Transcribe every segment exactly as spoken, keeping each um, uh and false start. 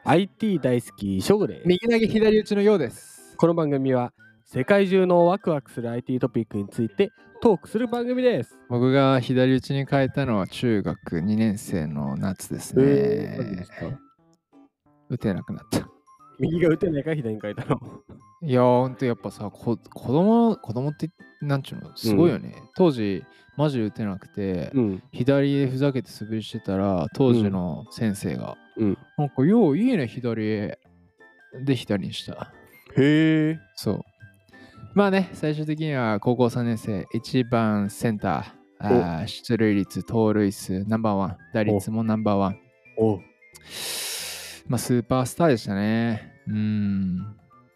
アイティー 大好き翔吾です。 右投げ左打ちのようです。 この番組は世界中のワクワクする アイティー トピックについてトークする番組です。 僕が左打ちに変えたのは中学にねん生の夏ですね。 えー、何ですか？ 打てなくなった。 右が打てないから左に変えたの。 いやーほんとやっぱさ、こ子供子供ってなんちゅうのすごいよね、うん、当時マジ打てなくて、うん、左でふざけて素振りしてたら当時の先生が、うん、なんかよういいね左へで左にした。 へえ。 そう。まあね、最終的には高校さんねん生いちばんセンター、あ出塁率、盗塁数ナンバーワン、打率もナンバーワン。 おまあスーパースターでしたね。うーん。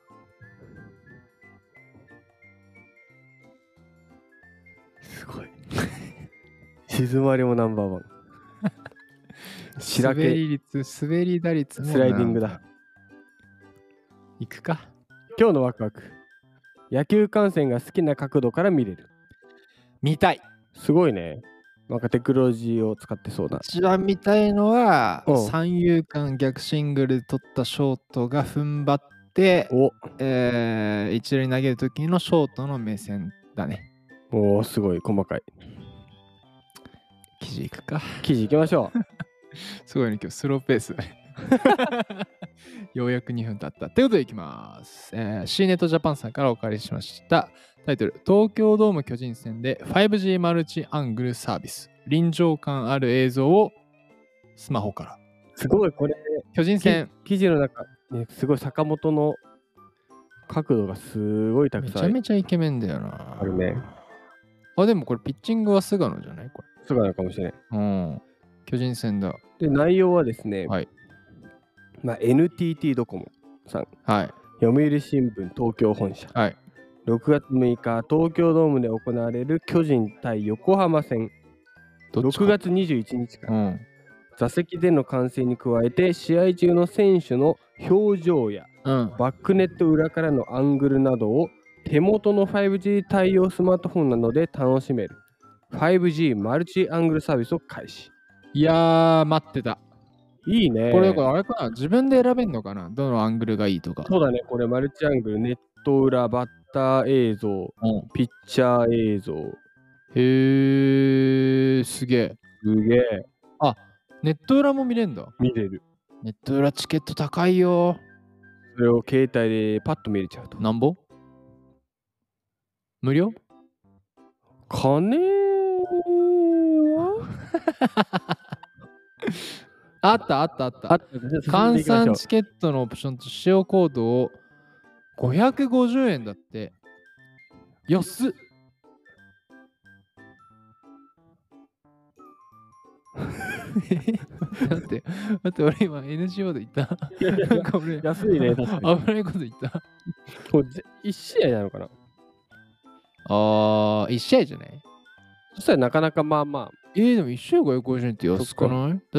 すごい。静まりもナンバーワン。 滑り率、滑り打率もスライディングだ。 いくか。 今日のワクワク。野球観戦が好きな角度から見れる。 見たい。 すごいね。なんかテクノロジーを使ってそうだ。 一番見たいのは、三遊間逆シングル取ったショートが踏ん張って、えー、一塁に投げるときのショートの目線だね。 おー、すごい細かい。 記事いくか。 記事いきましょう。 すごいね、今日スローペース。ようやくにふん経った。ということでいきます。えー、シーネットジャパンさんからお借りしました。タイトル、東京ドーム巨人戦で ファイブジー マルチアングルサービス。臨場感ある映像をスマホから。 すごい、これ、 巨人戦。 記事の中、ね、すごい坂本の角度がすごいたくさん。 めちゃめちゃイケメンだよな。 あるね。 あ、でもこれピッチングは菅野じゃないこれ。 菅野かもしれない。 うん。巨人戦だ。 で、内容はですね、 はい。 まあ、エヌティーティー ドコモさん。 はい。 読売新聞東京本社。 はい。 ろくがつむいか、東京ドームで行われる巨人対横浜戦。ろくがつにじゅういちにちから、うん、座席での観戦に加えて試合中の選手の表情や、うん、バックネット裏からのアングルなどを手元の ファイブジー 対応スマートフォンなどで楽しめる ファイブジー マルチアングルサービスを開始。 いやー待ってた。いいね。これだからあれかな、自分で選べんのかな、どのアングルがいいとか。 そうだね、これマルチアングル、ネット裏、バッター映像、うん、ピッチャー映像。 へー、すげえ。 すげえ。 あ、ネット裏も見れんだ。 見れる。 ネット裏チケット高いよ。 それを携帯でパッと見れちゃうと。 なんぼ？無料？ 金はあったあったあった。あった換算チケットのオプションと使用コードをごひゃくごじゅうえんだって。安っ。待って、待って、俺今 エヌジーオー で言った。 いやいやいやこれ安いね、確かに。 危ないこと言った。 これいち試合なのかな？ あー、いち試合じゃない？ そしたらなかなかまあまあ。 えー、でもいち試合ごひゃくごじゅうえんって安くない？だって、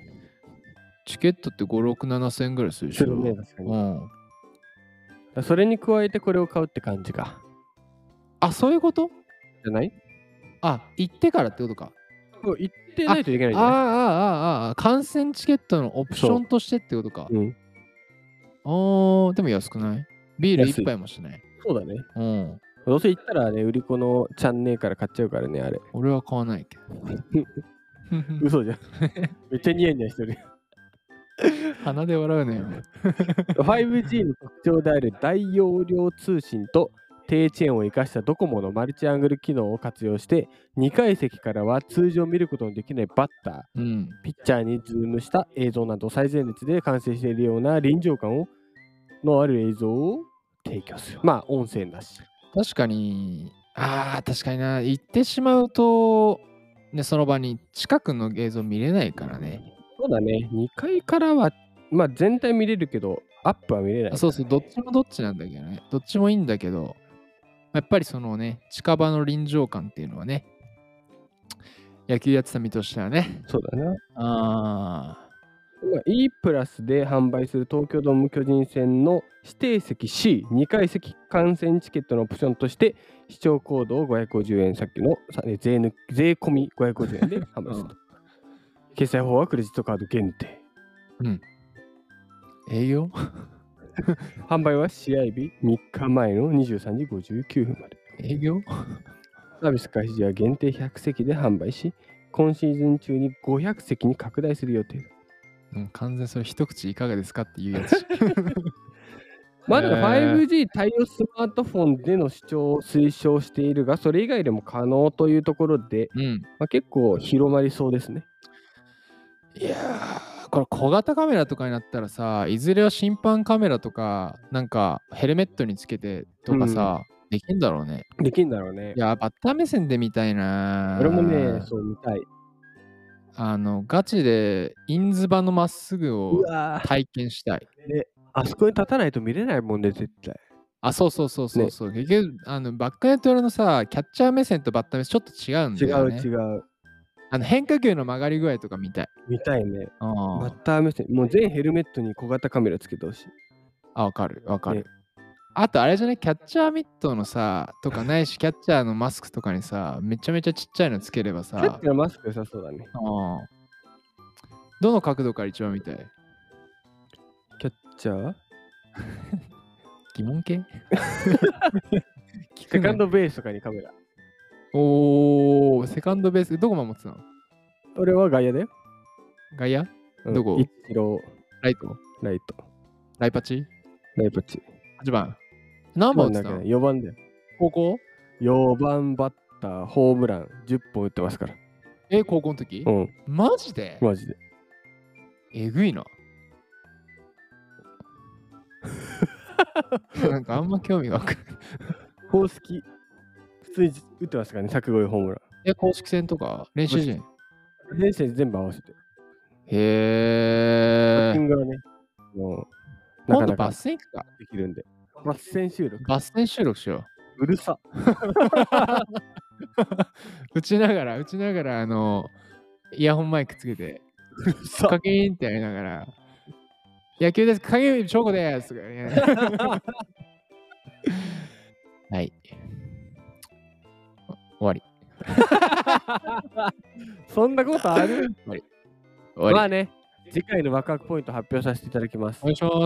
チケットってご、ろく、ななせんぐらいするでしょ。 するね、確かに。うん。それに加えてこれを買うって感じか。 あ、そういうことじゃない？あ、 行ってからってことか。 行ってないといけないんじゃない？ ああ、ああ、ああ、観戦チケットのオプションとしてってことか。うん。ああ、でも安くない？ビール一杯もしない。 そうだね。 うん。 どうせ行ったらね、売り子のチャンネルから買っちゃうからね、あれ。 俺は買わないけど。 嘘じゃん。めっちゃニヤニヤしてる。 鼻で笑うねよ。 ファイブジー の特徴である大容量通信と低遅延を生かしたドコモのマルチアングル機能を活用してにかい席からは通常見ることのできないバッター、うん、ピッチャーにズームした映像など最前列で完成しているような臨場感をのある映像を提供する。まあ音声なし。 確かに、ああ確かにな、行ってしまうと、ね、その場に近くの映像見れないからね。 そうだね、にかいからはまあ全体見れるけどアップは見れない。 そうそう、どっちもどっちなんだけどね。どっちもいいんだけど、やっぱりそのね、近場の臨場感っていうのはね、野球やってた身としてはね。 そうだな。 ああ。 E プラスで販売する東京ドーム巨人戦の指定席 シー、にかい席観戦チケットのオプションとして視聴コードをごひゃくごじゅうえん、さっきの税抜税込みごひゃくごじゅうえんで販売すると。決済法はクレジットカード限定。 うん。 営業販売は試合日みっかまえのにじゅうさんじごじゅうきゅうふんまで。 営業サービス開始時は限定ひゃくせきで販売し、今シーズン中にごひゃくせきに拡大する予定。 うん、完全それ一口いかがですかっていうやつ。 まだ ファイブジー 対応スマートフォンでの視聴を推奨しているが、それ以外でも可能というところで、 うんまあ、結構広まりそうですね。 いやー、これ小型カメラとかになったらさ、いずれは審判カメラとか、なんかヘルメットにつけてとかさ、うん、できんだろうね。 できんだろうね。 いや、バッター目線で見たいな。 俺もね、そう見たい。 あの、ガチでインズバのまっすぐを体験したい。 で、あそこに立たないと見れないもんね、絶対。 あ、そうそうそうそうそう。ね、結局、あのバックネットのさ、キャッチャー目線とバッター目線ちょっと違うんだよね。 違う違う。 あの変化球の曲がり具合とか見たい。 見たいね。バッター目線。もう全ヘルメットに小型カメラつけてほしい。 あ、わかるわかる。ね、あとあれじゃね、キャッチャーミットのさ、とかないし、キャッチャーのマスクとかにさ、めちゃめちゃちっちゃいのつければさ。 キャッチャーのマスク良さそうだね。 あどの角度から一番見たい？ キャッチャー疑問系セカンドベースとかにカメラ。 おー、セカンドベース、どこ守ってたの？ 俺は外野だよ。 外野、うん、どこ？ 一郎。 ライトライト。 ライパチライパチ。 はちばん。何番打ってたの？ よばんだよ。 高校？ よばんバッター、ホームランじゅっぽん打ってますから。 え、高校の時？ うん。 マジで？ マジで。 えぐいな。なんかあんま興味がわかる。 公式、普通に打ってますからね、ひゃくごホームラン。 え、公式戦とか練習試合？ 練習全部合わせて。 へー。 バッティングはね、もう、 今度バッセン行くか。 できるんで。バッセン収録。 バッセン収録しよう。うるさ。 打ちながら、打ちながら、あの、イヤホンマイクつけて、カキーンってやりながら、野球です、影海翔子です。はい。終わり。 そんなことある？ 終わり。 まあね、次回のワクワクポイント発表させていただきます。 お願いします。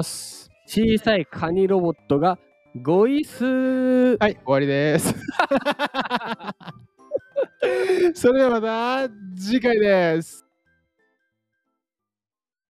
小さいカニロボットがごいす。 はい、終わりです。それではまた次回です。